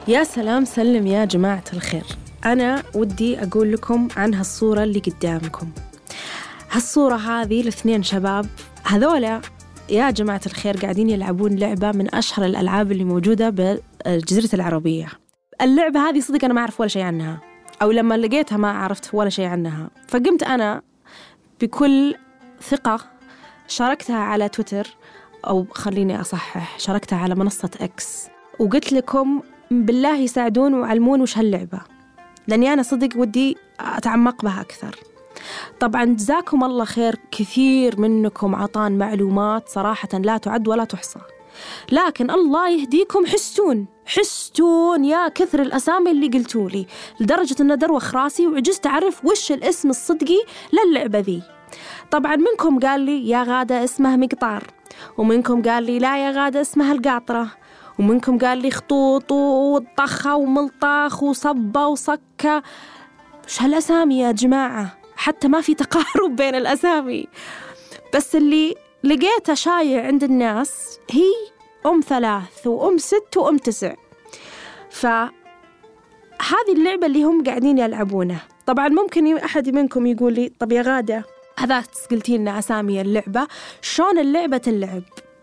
يا سلام سلم يا جماعة الخير. أنا ودي أقول لكم عن هالصورة اللي قدامكم. هالصورة هذه ل2 شباب هذولا يا جماعة الخير قاعدين يلعبون لعبة من أشهر الألعاب اللي موجودة بالجزيرة العربية. اللعبة هذه صدق أنا ما أعرف ولا شيء عنها، أو لما لقيتها ما عرفت ولا شيء عنها، فقمت أنا بكل ثقة شاركتها على تويتر، أو خليني أصحح، شاركتها على منصة إكس، وقلت لكم بالله يساعدون وعلمون وش هاللعبة، لأني أنا صدق ودي أتعمق بها أكثر. طبعاً جزاكم الله خير، كثير منكم عطان معلومات صراحة لا تعد ولا تحصى، لكن الله يهديكم حستون يا كثر الأسامي اللي قلتوا لي، لدرجة أن دروخ راسي وعجزت أعرف وش الاسم الصدقي للعبة ذي. طبعاً منكم قال لي يا غادة اسمها مقطار، ومنكم قال لي لا يا غادة اسمها القاطرة، ومنكم قال لي خطوط وطخة وملطاخ وصبة وصكة. وش هالأسامي يا جماعة؟ حتى ما في تقارب بين الأسامي. بس اللي لقيته شايع عند الناس هي 3 وأم 6 وأم 9. فهذه اللعبة اللي هم قاعدين يلعبونها. طبعا ممكن أحد منكم يقول لي طب يا غادة هذا قلتي لنا أسامي اللعبة، شلون اللعبة تلعب؟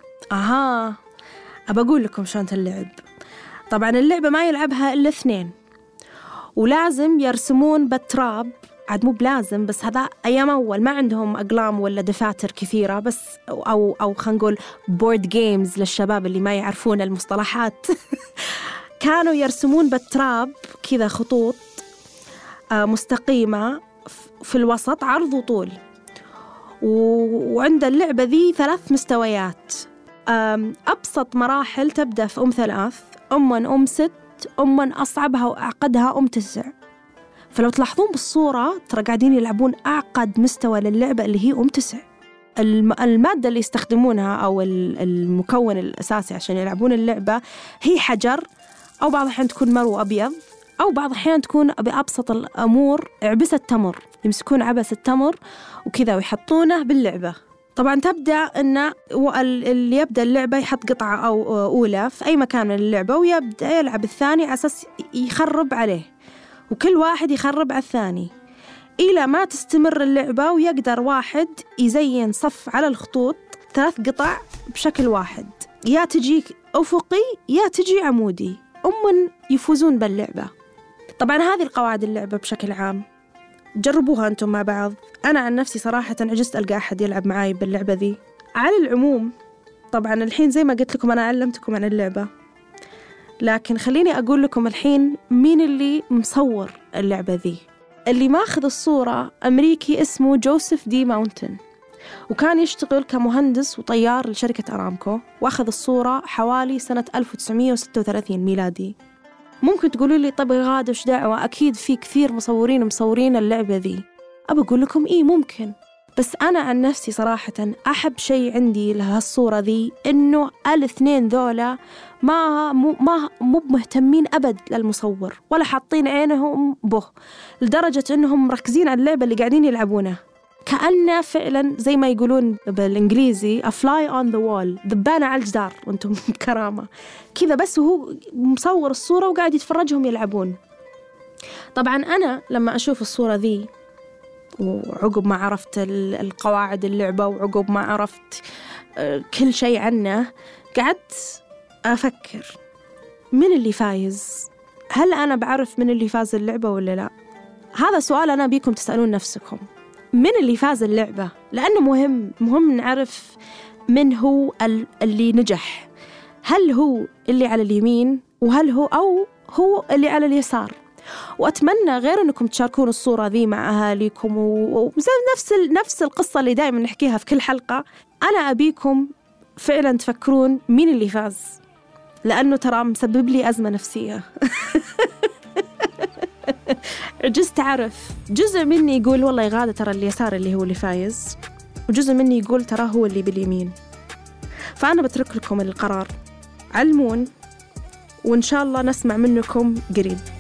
أبى أقول لكم شلون تلعب. طبعا اللعبة ما يلعبها إلا 2، ولازم يرسمون بالتراب، عاد مو بلازم، بس هذا أيام أول ما عندهم أقلام ولا دفاتر كثيرة، بس أو خلينا نقول بورد جيمز للشباب اللي ما يعرفون المصطلحات. كانوا يرسمون بالتراب كذا خطوط مستقيمة في الوسط عرض وطول، وعند اللعبة ذي 3 مستويات. أبسط مراحل تبدأ في أم 3، أم 6، أصعبها وأعقدها أم 9. فلو تلاحظون بالصورة ترى قاعدين يلعبون أعقد مستوى للعبة اللي هي أم 9. المادة اللي يستخدمونها أو المكون الأساسي عشان يلعبون اللعبة هي حجر، أو بعض الأحيان تكون مرو أبيض، أو بعض الأحيان تكون بأبسط الأمور عبسة تمر، يمسكون عبسة تمر وكذا ويحطونه باللعبة. طبعا تبدأ أن اللي يبدأ اللعبة يحط قطعة أو أولى في أي مكان من اللعبة، ويبدأ يلعب الثاني على أساس يخرب عليه، وكل واحد يخرب على الثاني إلى ما تستمر اللعبة، ويقدر واحد يزين صف على الخطوط 3 قطع بشكل واحد، يا تجي أفقي يا تجي عمودي، يفوزون باللعبة. طبعا هذه القواعد اللعبة بشكل عام، جربوها أنتم مع بعض. أنا عن نفسي صراحة عجزت ألقى أحد يلعب معاي باللعبة ذي. على العموم طبعا الحين زي ما قلت لكم أنا علمتكم عن اللعبة، لكن خليني أقول لكم الحين مين اللي مصور اللعبة ذي. اللي ماخذ الصورة أمريكي اسمه جوزيف دي ماونتن، وكان يشتغل كمهندس وطيار لشركة أرامكو، وأخذ الصورة حوالي سنة 1936 ميلادي. ممكن تقولوا لي طب غادة وش دعوة، أكيد في كثير مصورين اللعبة ذي. أبى أقول لكم ممكن، بس أنا عن نفسي صراحة أحب شيء عندي لهالصورة ذي إنه الاثنين ذولا مو مهتمين أبد للمصور، ولا حاطين عينهم به، لدرجة إنهم مركزين على اللعبة اللي قاعدين يلعبونها، كأنه فعلا زي ما يقولون بالإنجليزي a fly on the wall، ذبانة على الجدار وأنتم بكرامة كذا، بس وهو مصور الصورة وقاعد يتفرجهم يلعبون. طبعا أنا لما أشوف الصورة ذي وعقب ما عرفت القواعد اللعبة، وعقب ما عرفت كل شيء عنه، قعدت أفكر من اللي فايز؟ هل أنا بعرف من اللي فاز اللعبة ولا لا؟ هذا سؤال أنا بيكم تسألون نفسكم، من اللي فاز اللعبة؟ لأنه مهم نعرف من هو اللي نجح، هل هو اللي على اليمين، وهل هو اللي على اليسار. وأتمنى غير أنكم تشاركون الصورة ذي مع أهاليكم، نفس القصة اللي دائما نحكيها في كل حلقة، أنا أبيكم فعلا تفكرون مين اللي فاز، لأنه ترى مسبب لي أزمة نفسية. عجزت أعرف، جزء مني يقول والله غادة ترى اليسار اللي هو اللي فايز، وجزء مني يقول ترى هو اللي باليمين. فأنا بترك لكم القرار، علمون، وإن شاء الله نسمع منكم قريب.